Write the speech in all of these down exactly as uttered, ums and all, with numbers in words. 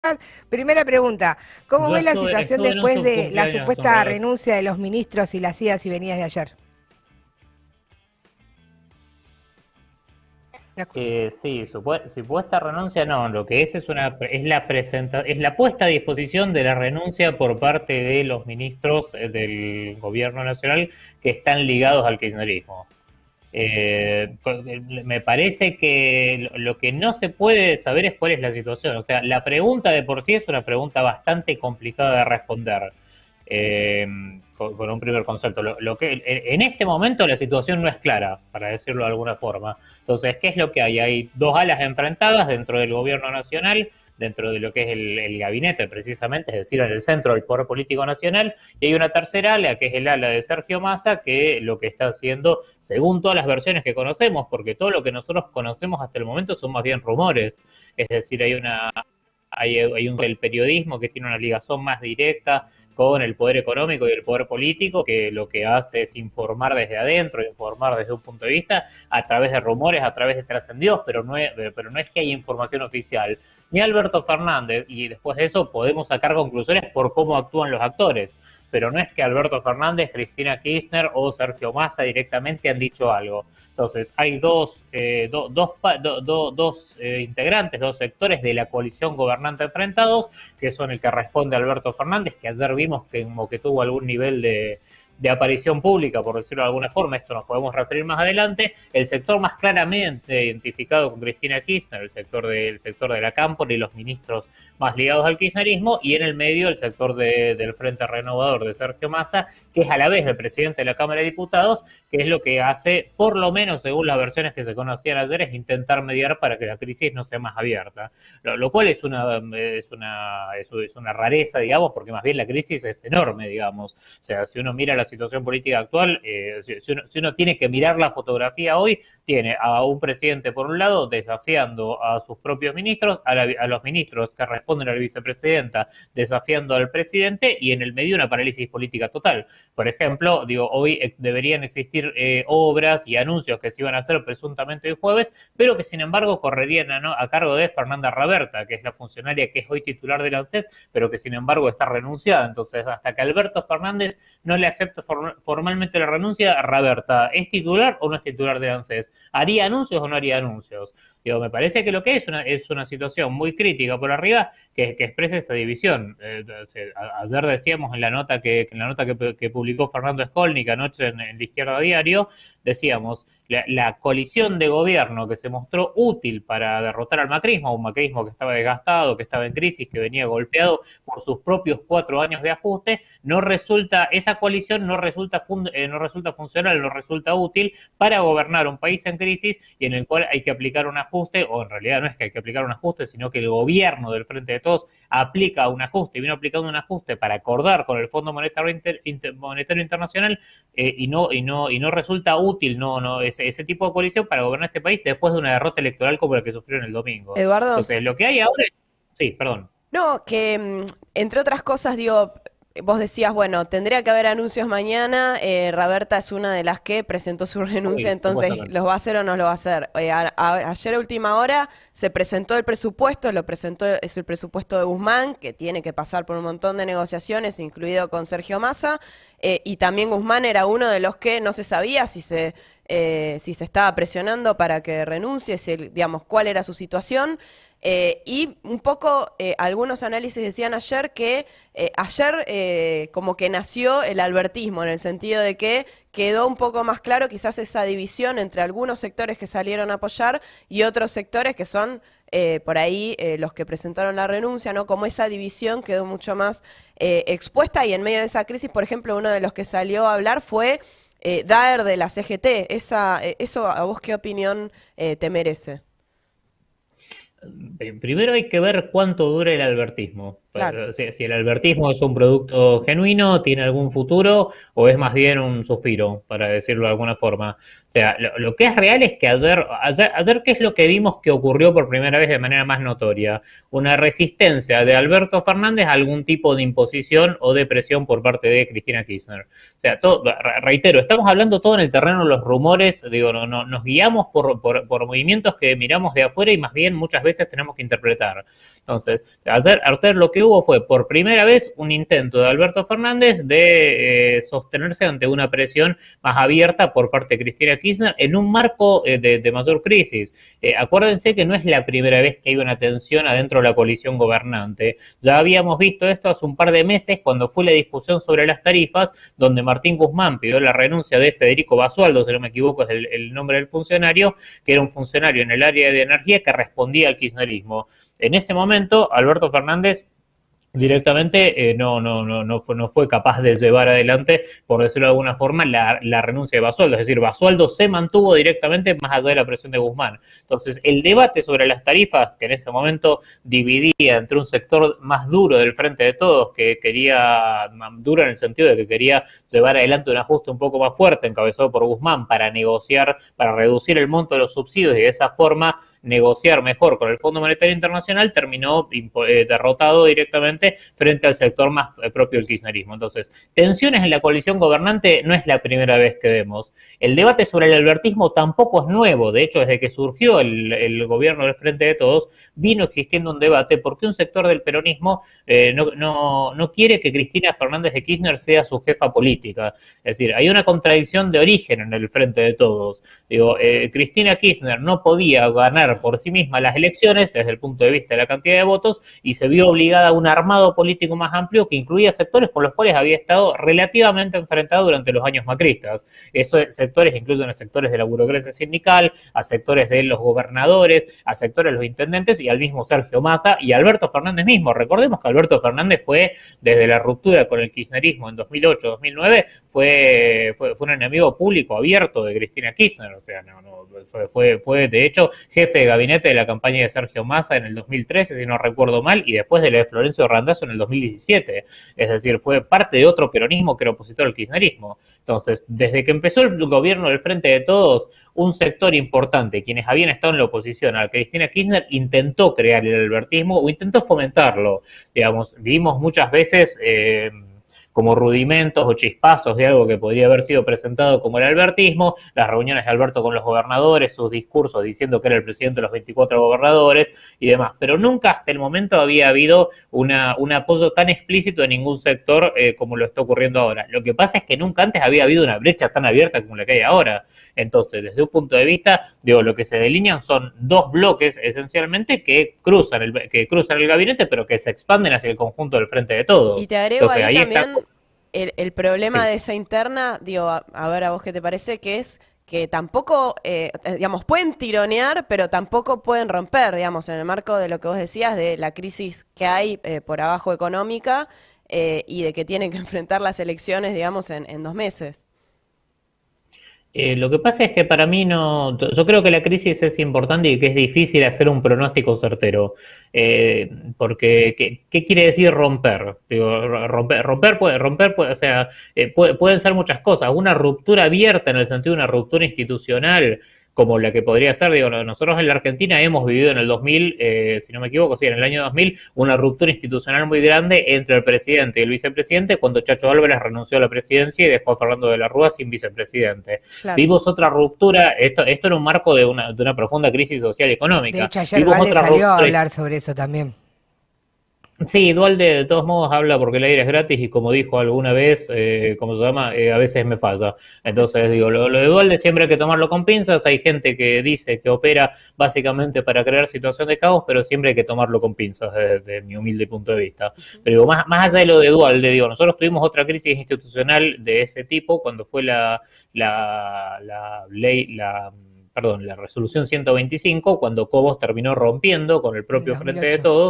Primera pregunta, ¿cómo Yo ves la estuve, situación estuve en un después de la subcumpleaños hace un supuesta rato. renuncia de los ministros y las idas y venidas de ayer? ¿Me escu- Eh, sí, supue- supuesta renuncia no, lo que es es una es la presenta, es la puesta a disposición de la renuncia por parte de los ministros eh, del gobierno nacional que están ligados al kirchnerismo. Eh, co- Me parece que lo lo que no se puede saber es cuál es la situación. O sea, la pregunta de por sí es una pregunta bastante complicada de responder. Eh, con, con un primer concepto. Lo, lo que, en este momento la situación no es clara, para decirlo de alguna forma. Entonces, ¿qué es lo que hay? Hay dos alas enfrentadas dentro del gobierno nacional, dentro de lo que es el, el gabinete, precisamente, es decir, en el centro del poder político nacional, y hay una tercera ala, que es el ala de Sergio Massa, que lo que está haciendo, según todas las versiones que conocemos, porque todo lo que nosotros conocemos hasta el momento son más bien rumores, es decir, hay una hay, hay un el periodismo que tiene una ligación más directa con el poder económico y el poder político, que lo que hace es informar desde adentro, informar desde un punto de vista a través de rumores, a través de trascendidos, pero no es, pero no es que haya información oficial. Ni Alberto Fernández, y después de eso podemos sacar conclusiones por cómo actúan los actores, pero no es que Alberto Fernández, Cristina Kirchner o Sergio Massa directamente han dicho algo. Entonces, hay dos, eh, do, dos, do, do, dos eh, integrantes, dos sectores de la coalición gobernante enfrentados, que son el que responde a Alberto Fernández, que ayer vimos que como que tuvo algún nivel de, de aparición pública, por decirlo de alguna forma, esto nos podemos referir más adelante, el sector más claramente identificado con Cristina Kirchner, el sector, de, el sector de la Cámpora y los ministros más ligados al kirchnerismo, y en el medio el sector de, del Frente Renovador de Sergio Massa, que es a la vez el presidente de la Cámara de Diputados, que es lo que hace, por lo menos según las versiones que se conocían ayer, es intentar mediar para que la crisis no sea más abierta. Lo, lo cual es una, es, una, es, es una rareza, digamos, porque más bien la crisis es enorme, digamos. O sea, si uno mira la situación política actual, eh, si, si, uno, si uno tiene que mirar la fotografía hoy, tiene a un presidente, por un lado, desafiando a sus propios ministros, a, la, a los ministros que responden a la vicepresidenta, desafiando al presidente, y en el medio una parálisis política total. Por ejemplo, digo, hoy deberían existir eh, obras y anuncios que se iban a hacer presuntamente hoy jueves, pero que sin embargo correrían a, ¿no? a cargo de Fernanda Raberta, que es la funcionaria que es hoy titular del ANSES, pero que sin embargo está renunciada. Entonces, hasta que Alberto Fernández no le acepta form formalmente la renuncia, Raberta, ¿es titular o no es titular del ANSES? ¿Haría anuncios o no haría anuncios? Digo, me parece que lo que es una, es una situación muy crítica por arriba que, que expresa esa división. Eh, a, ayer decíamos en la nota que, en la nota que, que publicó Fernando Skolnik anoche en, en La Izquierda Diario, decíamos, la, la colisión de gobierno que se mostró útil para derrotar al macrismo, un macrismo que estaba desgastado, que estaba en crisis, que venía golpeado por sus propios cuatro años de ajuste, no resulta, esa coalición no resulta, fun, eh, no resulta funcional, no resulta útil para gobernar un país en crisis y en el cual hay que aplicar un ajuste, o en realidad no es que hay que aplicar un ajuste, sino que el gobierno del Frente de Todos aplica un ajuste, y vino aplicando un ajuste para acordar con el Fondo Monetario, Inter, Inter, Monetario Internacional eh, y, no, y, no, y no resulta útil no, no, ese, ese tipo de coalición para gobernar este país después de una derrota electoral como la que sufrieron el domingo. Eduardo. Entonces, lo que hay ahora es... Sí, perdón. No, que mm, entre otras cosas, digo, vos decías, bueno, tendría que haber anuncios mañana. eh, Raberta es una de las que presentó su renuncia, Hoy, entonces, supuestamente. ¿los va a hacer o no los va a hacer? Eh, a- a- ayer a última hora se presentó el presupuesto, lo presentó, es el presupuesto de Guzmán, que tiene que pasar por un montón de negociaciones, incluido con Sergio Massa, eh, y también Guzmán era uno de los que no se sabía si se, eh, si se estaba presionando para que renuncie, si, digamos, cuál era su situación. Eh, y un poco, eh, algunos análisis decían ayer que eh, ayer eh, como que nació el albertismo, en el sentido de que quedó un poco más claro quizás esa división entre algunos sectores que salieron a apoyar y otros sectores que son eh, por ahí eh, los que presentaron la renuncia, ¿no? Como esa división quedó mucho más eh, expuesta, y en medio de esa crisis, por ejemplo, uno de los que salió a hablar fue eh, Daer de la C G T. Esa, eh, ¿eso a vos qué opinión eh, te merece? Primero hay que ver cuánto dura el albertismo. Claro. Si, si el albertismo es un producto genuino, tiene algún futuro o es más bien un suspiro, para decirlo de alguna forma. O sea, lo, lo que es real es que ayer, ayer, ayer, ¿qué es lo que vimos que ocurrió por primera vez de manera más notoria? Una resistencia de Alberto Fernández a algún tipo de imposición o de presión por parte de Cristina Kirchner. O sea, todo, reitero, estamos hablando todo en el terreno de los rumores, digo, no, no, nos guiamos por, por, por movimientos que miramos de afuera y más bien muchas veces tenemos que interpretar. Entonces, ayer, ayer lo que hubo fue por primera vez un intento de Alberto Fernández de eh, sostenerse ante una presión más abierta por parte de Cristina Kirchner en un marco eh, de, de mayor crisis. Eh, acuérdense que no es la primera vez que hay una tensión adentro de la coalición gobernante. Ya habíamos visto esto hace un par de meses cuando fue la discusión sobre las tarifas, donde Martín Guzmán pidió la renuncia de Federico Basualdo, si no me equivoco es el, el nombre del funcionario, que era un funcionario en el área de energía que respondía al kirchnerismo. En ese momento, Alberto Fernández directamente eh, no, no, no, no, fue, no fue capaz de llevar adelante, por decirlo de alguna forma, la, la renuncia de Basualdo. Es decir, Basualdo se mantuvo directamente más allá de la presión de Guzmán. Entonces, el debate sobre las tarifas, que en ese momento dividía entre un sector más duro del Frente de Todos, que quería, duro en el sentido de que quería llevar adelante un ajuste un poco más fuerte, encabezado por Guzmán, para negociar, para reducir el monto de los subsidios y de esa forma negociar mejor con el Fondo Monetario Internacional, terminó eh, derrotado directamente frente al sector más eh, propio del kirchnerismo. Entonces, tensiones en la coalición gobernante no es la primera vez que vemos. El debate sobre el albertismo tampoco es nuevo. De hecho, desde que surgió el, el gobierno del Frente de Todos, vino existiendo un debate porque un sector del peronismo eh, no, no, no quiere que Cristina Fernández de Kirchner sea su jefa política. Es decir, hay una contradicción de origen en el Frente de Todos. Digo, eh, Cristina Kirchner no podía ganar por sí misma las elecciones desde el punto de vista de la cantidad de votos y se vio obligada a un armado político más amplio que incluía sectores con los cuales había estado relativamente enfrentado durante los años macristas. Esos sectores incluyen a sectores de la burocracia sindical, a sectores de los gobernadores, a sectores de los intendentes y al mismo Sergio Massa y Alberto Fernández mismo. Recordemos que Alberto Fernández fue, desde la ruptura con el kirchnerismo en dos mil ocho dos mil nueve, fue, fue, fue un enemigo público abierto de Cristina Kirchner. O sea, no, no, fue, fue, fue de hecho jefe de gabinete de la campaña de Sergio Massa en el dos mil trece, si no recuerdo mal, y después de la de Florencio Randazzo en el dos mil diecisiete. Es decir, fue parte de otro peronismo que era opositor al kirchnerismo. Entonces, desde que empezó el gobierno del Frente de Todos, un sector importante, quienes habían estado en la oposición a Cristina Kirchner, intentó crear el albertismo o intentó fomentarlo. Digamos, vimos muchas veces Eh, como rudimentos o chispazos de algo que podría haber sido presentado como el albertismo, las reuniones de Alberto con los gobernadores, sus discursos diciendo que era el presidente de los veinticuatro gobernadores y demás, pero nunca hasta el momento había habido una, un apoyo tan explícito de ningún sector eh, como lo está ocurriendo ahora. Lo que pasa es que nunca antes había habido una brecha tan abierta como la que hay ahora. Entonces, desde un punto de vista, digo, lo que se delinean son dos bloques esencialmente que cruzan el, que cruzan el gabinete, pero que se expanden hacia el conjunto del Frente de Todos. Y te agrego Entonces, ahí, ahí también está. el, el problema Sí. de esa interna, digo, a, a ver a vos qué te parece, que es que tampoco, eh, digamos, pueden tironear, pero tampoco pueden romper, digamos, en el marco de lo que vos decías, de la crisis que hay eh, por abajo económica eh, y de que tienen que enfrentar las elecciones, digamos, en, en dos meses. Eh, lo que pasa es que para mí no, yo, yo creo que la crisis es importante y que es difícil hacer un pronóstico certero, eh, porque ¿qué, qué quiere decir romper? Digo, romper, romper puede, romper puede, o sea, eh, puede, pueden ser muchas cosas. Una ruptura abierta en el sentido de una ruptura institucional, como la que podría ser, digo, nosotros en la Argentina hemos vivido en el dos mil, eh, si no me equivoco, sí, en el año dos mil, una ruptura institucional muy grande entre el presidente y el vicepresidente cuando Chacho Álvarez renunció a la presidencia y dejó a Fernando de la Rúa sin vicepresidente. Claro. Vimos otra ruptura, esto, esto era un marco de una, de una profunda crisis social y económica. De hecho, ayer Vimos Vale otra salió a ruptura. hablar sobre eso también. Sí, Dualde de todos modos habla porque el aire es gratis y como dijo alguna vez, eh, ¿cómo se llama? Eh, a veces me falla. Entonces digo, lo, lo de Dualde siempre hay que tomarlo con pinzas. Hay gente que dice que opera básicamente para crear situación de caos, pero siempre hay que tomarlo con pinzas desde, desde mi humilde punto de vista. Pero digo, más, más allá de lo de Dualde, digo, nosotros tuvimos otra crisis institucional de ese tipo cuando fue la, la, la ley, la... perdón, la resolución ciento veinticinco, cuando Cobos terminó rompiendo con el propio Frente de Todos,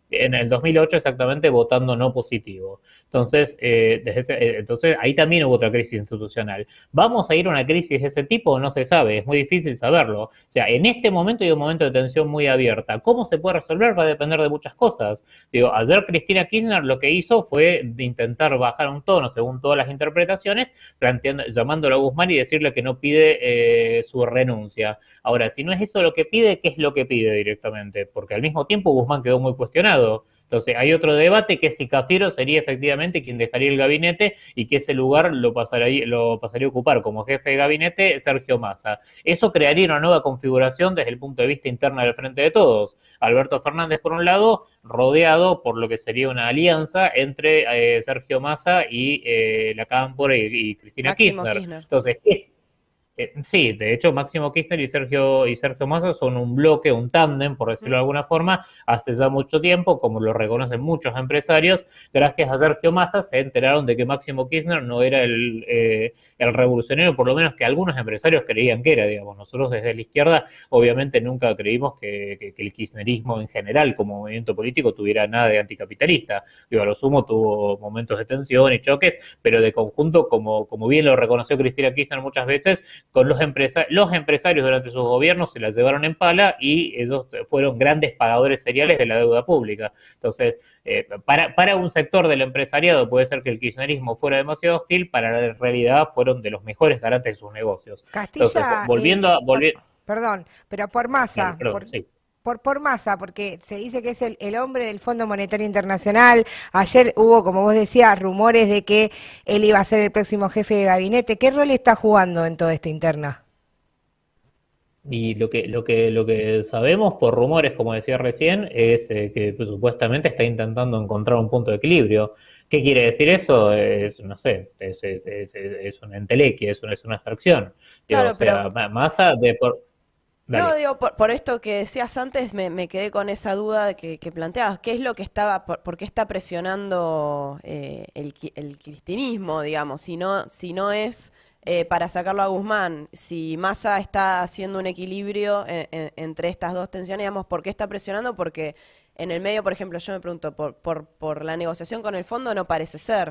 en el dos mil ocho exactamente votando no positivo. Entonces, eh, desde ese, eh, entonces ahí también hubo otra crisis institucional. ¿Vamos a ir a una crisis de ese tipo? No se sabe, es muy difícil saberlo. O sea, en este momento hay un momento de tensión muy abierta. ¿Cómo se puede resolver? Va a depender de muchas cosas. Digo, ayer Cristina Kirchner lo que hizo fue de intentar bajar un tono según todas las interpretaciones, planteando, llamándolo a Guzmán y decirle que no pide eh, su renuncia. Ahora, si no es eso lo que pide, ¿qué es lo que pide directamente? Porque al mismo tiempo Guzmán quedó muy cuestionado. Entonces, hay otro debate que es si Cafiero sería efectivamente quien dejaría el gabinete y que ese lugar lo pasaría, lo pasaría a ocupar como jefe de gabinete Sergio Massa. Eso crearía una nueva configuración desde el punto de vista interno del Frente de Todos. Alberto Fernández, por un lado, rodeado por lo que sería una alianza entre eh, Sergio Massa y eh, la Cámpora y, y Cristina Kirchner. Kirchner. Entonces, ¿qué es? Eh, sí, de hecho Máximo Kirchner y Sergio y Sergio Massa son un bloque, un tándem, por decirlo de alguna forma, hace ya mucho tiempo, como lo reconocen muchos empresarios. Gracias a Sergio Massa se enteraron de que Máximo Kirchner no era el, eh, el revolucionario, por lo menos que algunos empresarios creían que era, digamos. Nosotros desde la izquierda obviamente nunca creímos que, que, que el kirchnerismo en general como movimiento político tuviera nada de anticapitalista. Digo, a lo sumo tuvo momentos de tensión y choques, pero de conjunto, como, como bien lo reconoció Cristina Kirchner muchas veces, con los, empresa los empresarios durante sus gobiernos se las llevaron en pala y ellos fueron grandes pagadores seriales de la deuda pública. Entonces, eh, para, para un sector del empresariado puede ser que el kirchnerismo fuera demasiado hostil, para la realidad fueron de los mejores garantes de sus negocios. Castilla, Entonces, volviendo eh, a... Volvi por, perdón, pero por Massa, perdón, por, sí. Por, por Massa, porque se dice que es el, el hombre del Fondo Monetario Internacional. Ayer hubo, como vos decías, rumores de que él iba a ser el próximo jefe de gabinete. ¿Qué rol está jugando en toda esta interna? Y lo que, lo que, lo que sabemos por rumores, como decía recién, es eh, que pues, supuestamente está intentando encontrar un punto de equilibrio. ¿Qué quiere decir eso? Es, no sé, es, es, es, es una entelequia, es una, es una abstracción. Digo, Claro, o sea, pero... Massa de por... Dale. No, digo, por, por esto que decías antes, me, me quedé con esa duda que, que planteabas. ¿Qué es lo que estaba, por, por qué está presionando eh, el, qui- el cristianismo, digamos? Si no, si no es eh, para sacarlo a Guzmán, si Massa está haciendo un equilibrio en- en- entre estas dos tensiones, digamos, ¿por qué está presionando? Porque en el medio, por ejemplo, yo me pregunto, por, por, por la negociación con el fondo no parece ser.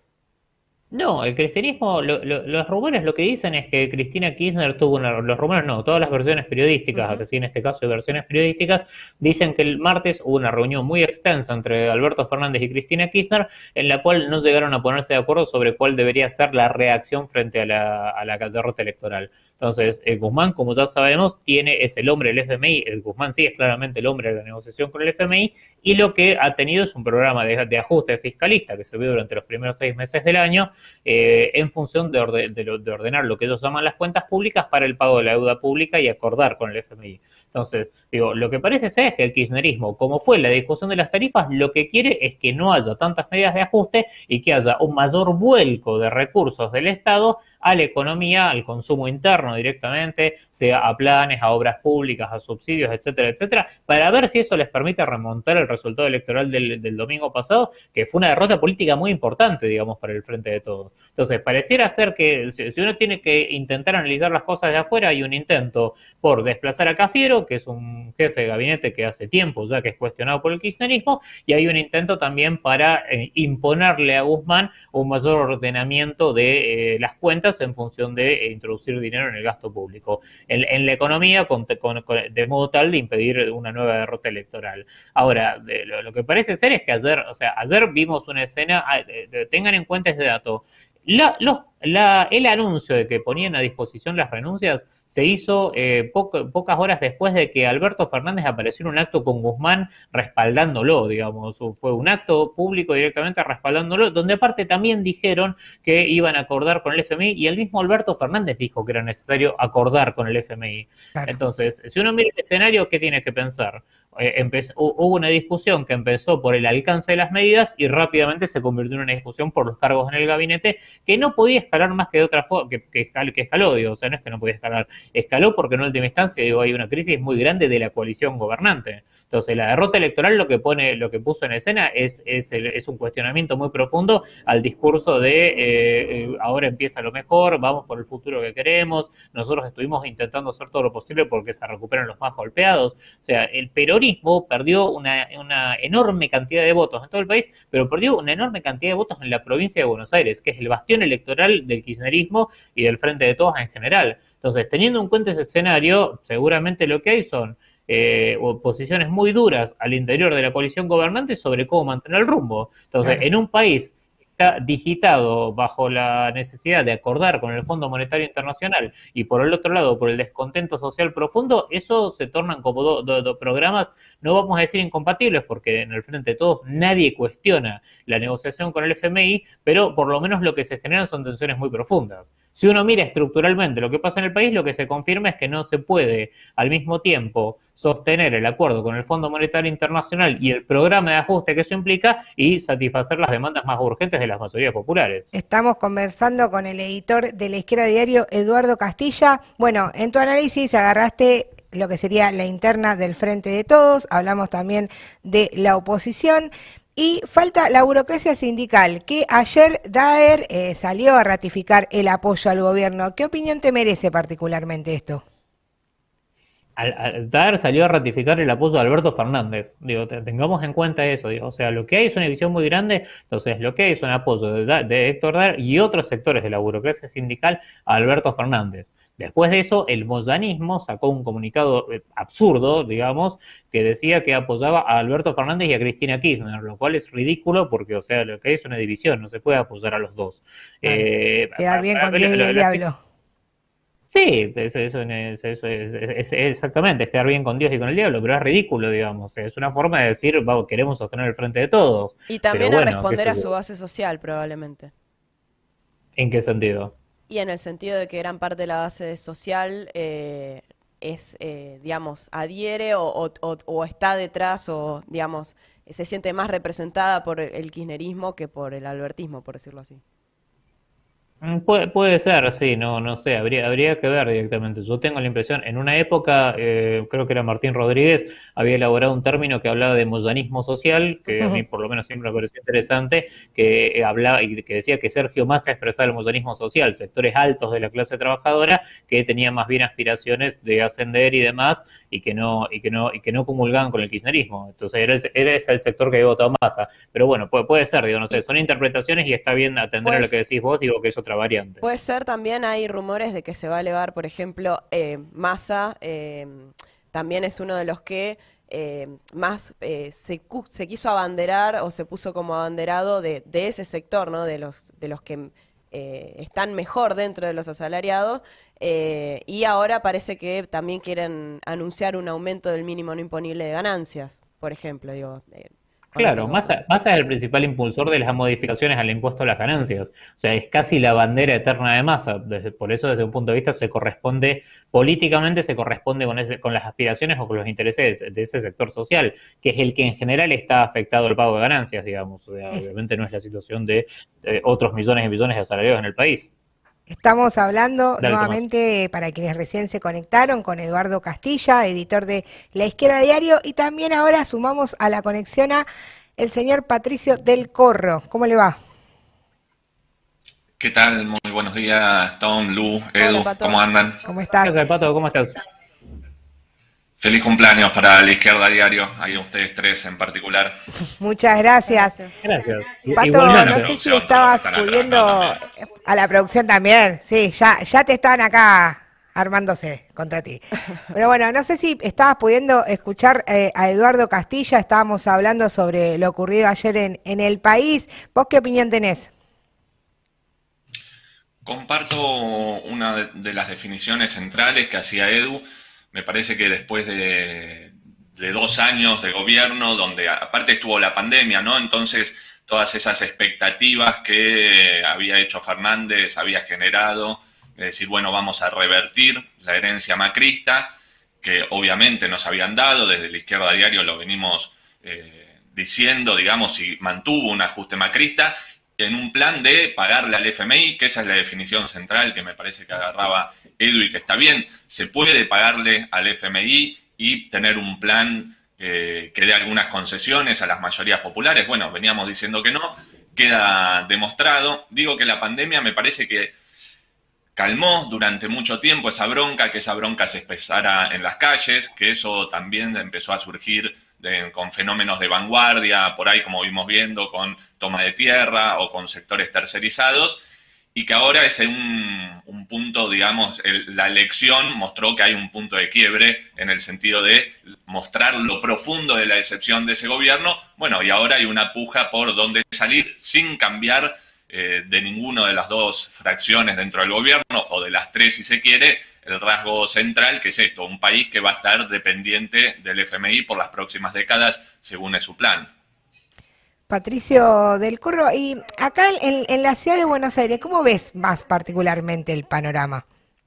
No, el cristianismo, lo- lo- los rumores lo que dicen es que Cristina Kirchner tuvo una, los rumores no, todas las versiones periodísticas, Ujú. así en este caso de versiones periodísticas, dicen que el martes hubo una reunión muy extensa entre Alberto Fernández y Cristina Kirchner, en la cual no llegaron a ponerse de acuerdo sobre cuál debería ser la reacción frente a la, a la derrota electoral. Entonces, eh, Guzmán, como ya sabemos, tiene, es el hombre del F M I, el Guzmán sí es claramente el hombre de la negociación con el F M I, y lo que ha tenido es un programa de, de ajuste fiscalista que se vio durante los primeros seis meses del año, eh, en función de, orde, de, lo, de ordenar lo que ellos llaman las cuentas públicas para el pago de la deuda pública y acordar con el F M I. Entonces, digo, lo que parece ser es que el kirchnerismo, como fue la discusión de las tarifas, lo que quiere es que no haya tantas medidas de ajuste y que haya un mayor vuelco de recursos del Estado a la economía, al consumo interno directamente, sea a planes, a obras públicas, a subsidios, etcétera, etcétera, para ver si eso les permite remontar el resultado electoral del, del domingo pasado, que fue una derrota política muy importante, digamos, para el Frente de Todos. Entonces, pareciera ser que si uno tiene que intentar analizar las cosas de afuera, hay un intento por desplazar a Cafiero, que es un jefe de gabinete que hace tiempo ya que es cuestionado por el kirchnerismo, y hay un intento también para eh, imponerle a Guzmán un mayor ordenamiento de eh, las cuentas en función de eh, introducir dinero en el gasto público, en, en la economía, con, con, con, de modo tal de impedir una nueva derrota electoral. Ahora, de, lo, lo que parece ser es que ayer, o sea, ayer vimos una escena, de, de, tengan en cuenta este dato, la, los, la, el anuncio de que ponían a disposición las renuncias se hizo eh, poco, pocas horas después de que Alberto Fernández apareció en un acto con Guzmán respaldándolo, digamos, fue un acto público directamente respaldándolo, donde aparte también dijeron que iban a acordar con el F M I y el mismo Alberto Fernández dijo que era necesario acordar con el F M I. Claro. Entonces, si uno mira el escenario, ¿qué tiene que pensar? Eh, empezó, hubo una discusión que empezó por el alcance de las medidas y rápidamente se convirtió en una discusión por los cargos en el gabinete que no podía escalar más que de otra forma, que, que, escal, que escaló, digo, o sea, no es que no podía escalar, escaló porque en última instancia, digo, hay una crisis muy grande de la coalición gobernante. Entonces, la derrota electoral lo que pone, lo que puso en escena es, es, el, es un cuestionamiento muy profundo al discurso de eh, eh, ahora empieza lo mejor, vamos por el futuro que queremos, nosotros estuvimos intentando hacer todo lo posible porque se recuperen los más golpeados. O sea, el peronismo perdió una, una enorme cantidad de votos en todo el país, pero perdió una enorme cantidad de votos en la provincia de Buenos Aires, que es el bastión electoral del kirchnerismo y del Frente de Todos en general. Entonces, teniendo en cuenta ese escenario, seguramente lo que hay son eh, posiciones muy duras al interior de la coalición gobernante sobre cómo mantener el rumbo. Entonces, en un país está digitado bajo la necesidad de acordar con el Fondo Monetario Internacional y por el otro lado por el descontento social profundo, eso se tornan como dos do, do programas, no vamos a decir incompatibles, porque en el Frente de Todos nadie cuestiona la negociación con el F M I, pero por lo menos lo que se generan son tensiones muy profundas. Si uno mira estructuralmente lo que pasa en el país, lo que se confirma es que no se puede al mismo tiempo sostener el acuerdo con el Fondo Monetario Internacional y el programa de ajuste que eso implica y satisfacer las demandas más urgentes de las mayorías populares. Estamos conversando con el editor de La Izquierda Diario, Eduardo Castilla. Bueno, en tu análisis agarraste lo que sería la interna del Frente de Todos, hablamos también de la oposición. Y falta la burocracia sindical, que ayer Daer eh, salió a ratificar el apoyo al gobierno. ¿Qué opinión te merece particularmente esto? Al, al Daer salió a ratificar el apoyo de Alberto Fernández. Digo, tengamos en cuenta eso. Digo, o sea, lo que hay es una división muy grande. Entonces, lo que hay es un apoyo de, de Héctor Daer y otros sectores de la burocracia sindical a Alberto Fernández. Después de eso, el moyanismo sacó un comunicado absurdo, digamos, que decía que apoyaba a Alberto Fernández y a Cristina Kirchner, lo cual es ridículo porque, o sea, lo que hay es una división, no se puede apoyar a los dos. Claro, eh, quedar bien con Dios y el diablo. Sí, eso, eso, eso, eso es, es, es exactamente, es quedar bien con Dios y con el diablo, pero es ridículo, digamos. Es una forma de decir, vamos, queremos sostener el Frente de Todos. Y también bueno, a responder a su base social, probablemente. ¿En qué sentido? Y en el sentido de que gran parte de la base social eh, es, eh, digamos, adhiere o, o, o está detrás o, digamos, se siente más representada por el kirchnerismo que por el albertismo, por decirlo así. Puede, puede ser, sí, no, no sé, habría, habría que ver directamente. Yo tengo la impresión, en una época, eh, creo que era Martín Rodríguez, había elaborado un término que hablaba de moyanismo social, que a mí por lo menos siempre me pareció interesante, que eh, hablaba y que decía que Sergio Massa expresaba el moyanismo social, sectores altos de la clase trabajadora que tenían más bien aspiraciones de ascender y demás, y que no, y que no, y que no comulgaban con el kirchnerismo. Entonces era el, era el sector que había votado Massa. Pero bueno, puede, puede ser, digo, no sé, son interpretaciones y está bien atender pues, a lo que decís vos, digo que es otra variante. Puede ser también, hay rumores de que se va a elevar, por ejemplo, eh, Massa eh, también es uno de los que eh, más eh, se, se quiso abanderar o se puso como abanderado de, de ese sector, ¿no? De los, de los que eh, están mejor dentro de los asalariados eh, y ahora parece que también quieren anunciar un aumento del mínimo no imponible de ganancias, por ejemplo, digo. Eh, Claro, Massa, Massa es el principal impulsor de las modificaciones al impuesto a las ganancias. O sea, es casi la bandera eterna de Massa. Desde, por eso, desde un punto de vista, se corresponde, políticamente se corresponde con, ese, con las aspiraciones o con los intereses de, de ese sector social, que es el que en general está afectado al pago de ganancias, digamos. O sea, obviamente no es la situación de eh, otros millones y millones de asalariados en el país. Estamos hablando Dale, nuevamente, Tomás, para quienes recién se conectaron, con Eduardo Castilla, editor de La Izquierda Diario, y también ahora sumamos a la conexión a el señor Patricio del Corro. ¿Cómo le va? ¿Qué tal? Muy buenos días, Tom, Lu, Edu, Hola, ¿cómo andan? ¿Cómo estás? Hola, Pato, ¿cómo estás? Feliz cumpleaños para La Izquierda Diario, ahí ustedes tres en particular. Muchas gracias. Gracias. Pato, Igualmente. no sé si estabas pudiendo... A la producción también, sí, ya, ya te están acá armándose contra ti. Pero bueno, no sé si estabas pudiendo escuchar eh, a Eduardo Castilla, estábamos hablando sobre lo ocurrido ayer en, en el país. ¿Vos qué opinión tenés? Comparto una de, de las definiciones centrales que hacía Edu. Me parece que después de, de dos años de gobierno, donde aparte estuvo la pandemia, ¿no? Entonces todas esas expectativas que había hecho Fernández, había generado, de decir, bueno, vamos a revertir la herencia macrista, que obviamente nos habían dado, desde La Izquierda Diario lo venimos eh, diciendo, digamos, y mantuvo un ajuste macrista, en un plan de pagarle al F M I, que esa es la definición central que me parece que agarraba Edu y que está bien. Se puede pagarle al F M I y tener un plan eh, que dé algunas concesiones a las mayorías populares. Bueno, veníamos diciendo que no, queda demostrado. Digo que la pandemia me parece que calmó durante mucho tiempo esa bronca, que esa bronca se expresara en las calles, que eso también empezó a surgir de, con fenómenos de vanguardia, por ahí como vimos viendo, con toma de tierra o con sectores tercerizados, y que ahora es un, un punto, digamos, el, la elección mostró que hay un punto de quiebre en el sentido de mostrar lo profundo de la decepción de ese gobierno. Bueno, y ahora hay una puja por dónde salir sin cambiar eh, de ninguna de las dos fracciones dentro del gobierno, o de las tres si se quiere, el rasgo central, que es esto, un país que va a estar dependiente del F M I por las próximas décadas, según es su plan. Patricio del Curro, y acá en, en la ciudad de Buenos Aires, ¿cómo ves más particularmente el panorama?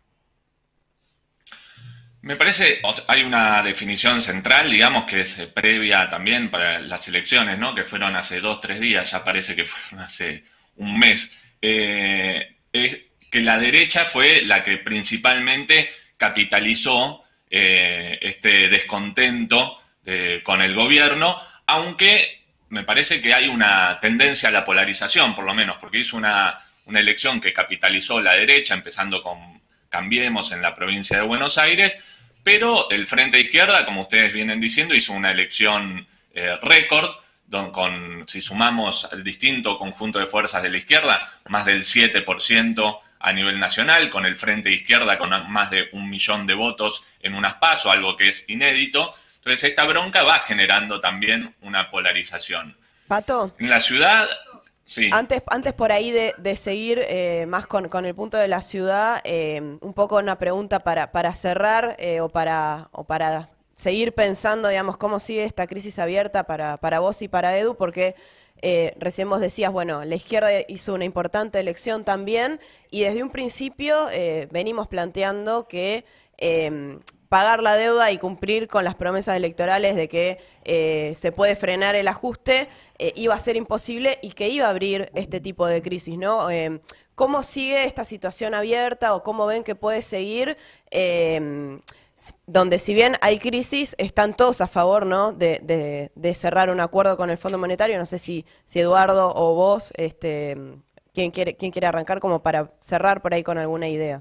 Me parece, hay una definición central, digamos, que es previa también para las elecciones, ¿no? Que fueron hace dos, tres días, ya parece que fueron hace un mes. Eh, es que la derecha fue la que principalmente capitalizó eh, este descontento de, con el gobierno, aunque me parece que hay una tendencia a la polarización, por lo menos, porque hizo una, una elección que capitalizó la derecha, empezando con Cambiemos en la provincia de Buenos Aires, pero el Frente de Izquierda, como ustedes vienen diciendo, hizo una elección eh, récord, don, con, si sumamos el distinto conjunto de fuerzas de la izquierda, más del siete por ciento a nivel nacional, con el Frente de Izquierda con más de un millón de votos en unas PASO, algo que es inédito. Entonces esta bronca va generando también una polarización. Pato. En la ciudad, sí. Antes, antes por ahí de, de seguir eh, más con, con el punto de la ciudad, eh, un poco una pregunta para, para cerrar eh, o, para, o para seguir pensando, digamos, cómo sigue esta crisis abierta para, para vos y para Edu, porque eh, recién vos decías, bueno, la izquierda hizo una importante elección también y desde un principio eh, venimos planteando que Eh, pagar la deuda y cumplir con las promesas electorales de que eh, se puede frenar el ajuste, eh, iba a ser imposible y que iba a abrir este tipo de crisis, ¿no? Eh, ¿Cómo sigue esta situación abierta o cómo ven que puede seguir? Eh, donde si bien hay crisis, están todos a favor, ¿no? de, de, de cerrar un acuerdo con el Fondo Monetario. No sé si, si Eduardo o vos, este, ¿quién quiere, quién quiere arrancar como para cerrar por ahí con alguna idea?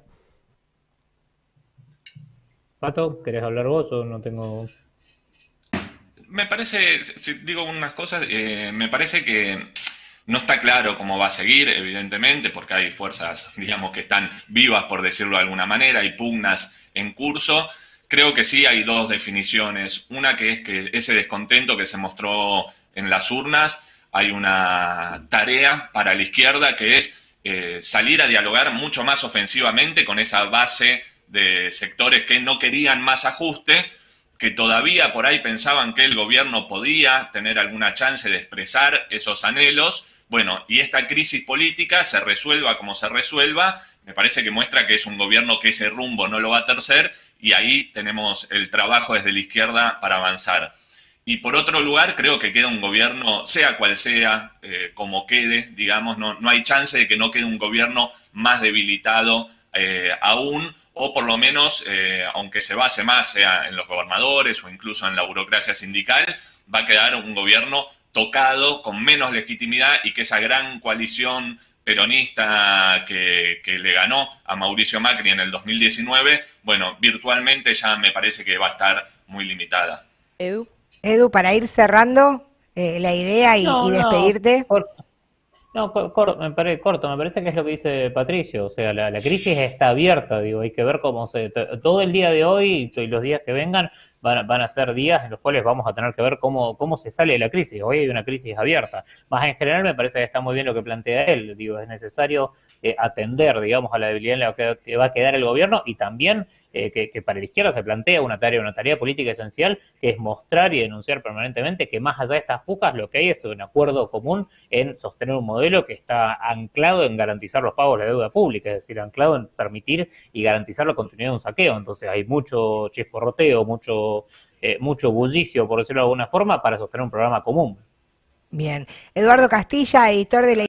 Pato, ¿querés hablar vos o no tengo...? Me parece, si digo unas cosas, eh, me parece que no está claro cómo va a seguir, evidentemente, porque hay fuerzas, digamos, que están vivas, por decirlo de alguna manera, hay pugnas en curso. Creo que sí hay dos definiciones. Una que es que ese descontento que se mostró en las urnas, hay una tarea para la izquierda que es eh, salir a dialogar mucho más ofensivamente con esa base de sectores que no querían más ajuste, que todavía por ahí pensaban que el gobierno podía tener alguna chance de expresar esos anhelos. Bueno, y esta crisis política, se resuelva como se resuelva, me parece que muestra que es un gobierno que ese rumbo no lo va a torcer, y ahí tenemos el trabajo desde la izquierda para avanzar. Y por otro lugar, creo que queda un gobierno, sea cual sea, eh, como quede, digamos, no, no hay chance de que no quede un gobierno más debilitado eh, aún, o por lo menos, eh, aunque se base más, sea en los gobernadores o incluso en la burocracia sindical, va a quedar un gobierno tocado, con menos legitimidad, y que esa gran coalición peronista que, que le ganó a Mauricio Macri en el dos mil diecinueve, bueno, virtualmente ya me parece que va a estar muy limitada. Edu. Edu, para ir cerrando eh, la idea y, No, y despedirte. no, por- No, co- cor- me parece corto, me parece que es lo que dice Patricio, o sea, la, la crisis está abierta, digo, hay que ver cómo se... t- Todo el día de hoy y los días que vengan van, a- van a ser días en los cuales vamos a tener que ver cómo, cómo se sale de la crisis. Hoy hay una crisis abierta. Más en general me parece que está muy bien lo que plantea él, digo, es necesario eh, atender, digamos, a la debilidad en la que, que va a quedar el gobierno, y también eh, que, que para la izquierda se plantea una tarea, una tarea política esencial, que es mostrar y denunciar permanentemente que más allá de estas pujas lo que hay es un acuerdo común en sostener un modelo que está anclado en garantizar los pagos de la deuda pública, es decir, anclado en permitir y garantizar la continuidad de un saqueo. Entonces hay mucho chisporroteo, mucho, eh, mucho bullicio, por decirlo de alguna forma, para sostener un programa común. Bien. Eduardo Castilla, editor de la